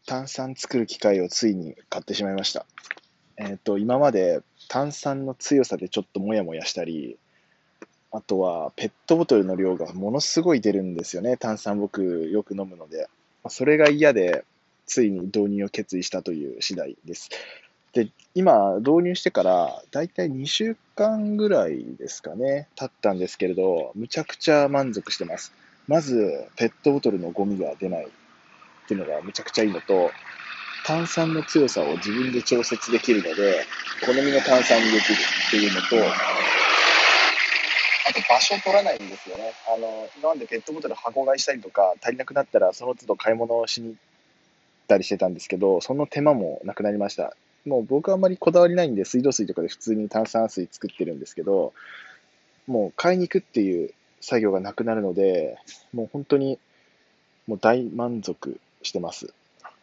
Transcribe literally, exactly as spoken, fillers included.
炭酸作る機械をついに買ってしまいました。えっと、今まで炭酸の強さでちょっとモヤモヤしたり、あとはペットボトルの量がものすごい出るんですよね。炭酸僕よく飲むので。まあそれが嫌で、ついに導入を決意したという次第です。で、今導入してからだいたいにしゅうかんぐらいですかね、経ったんですけれど、むちゃくちゃ満足してます。まず、ペットボトルのゴミが出ないっていうのがむちゃくちゃいいのと、炭酸の強さを自分で調節できるので、好みの炭酸にできるっていうのと、あと場所を取らないんですよね。あの、今までペットボトル箱買いしたりとか、足りなくなったらその都度買い物をしに行ったりしてたんですけど、その手間もなくなりました。もう僕はあんまりこだわりないんで、水道水とかで普通に炭酸水作ってるんですけど、もう買いに行くっていう作業がなくなるので、もう本当にもう大満足してます。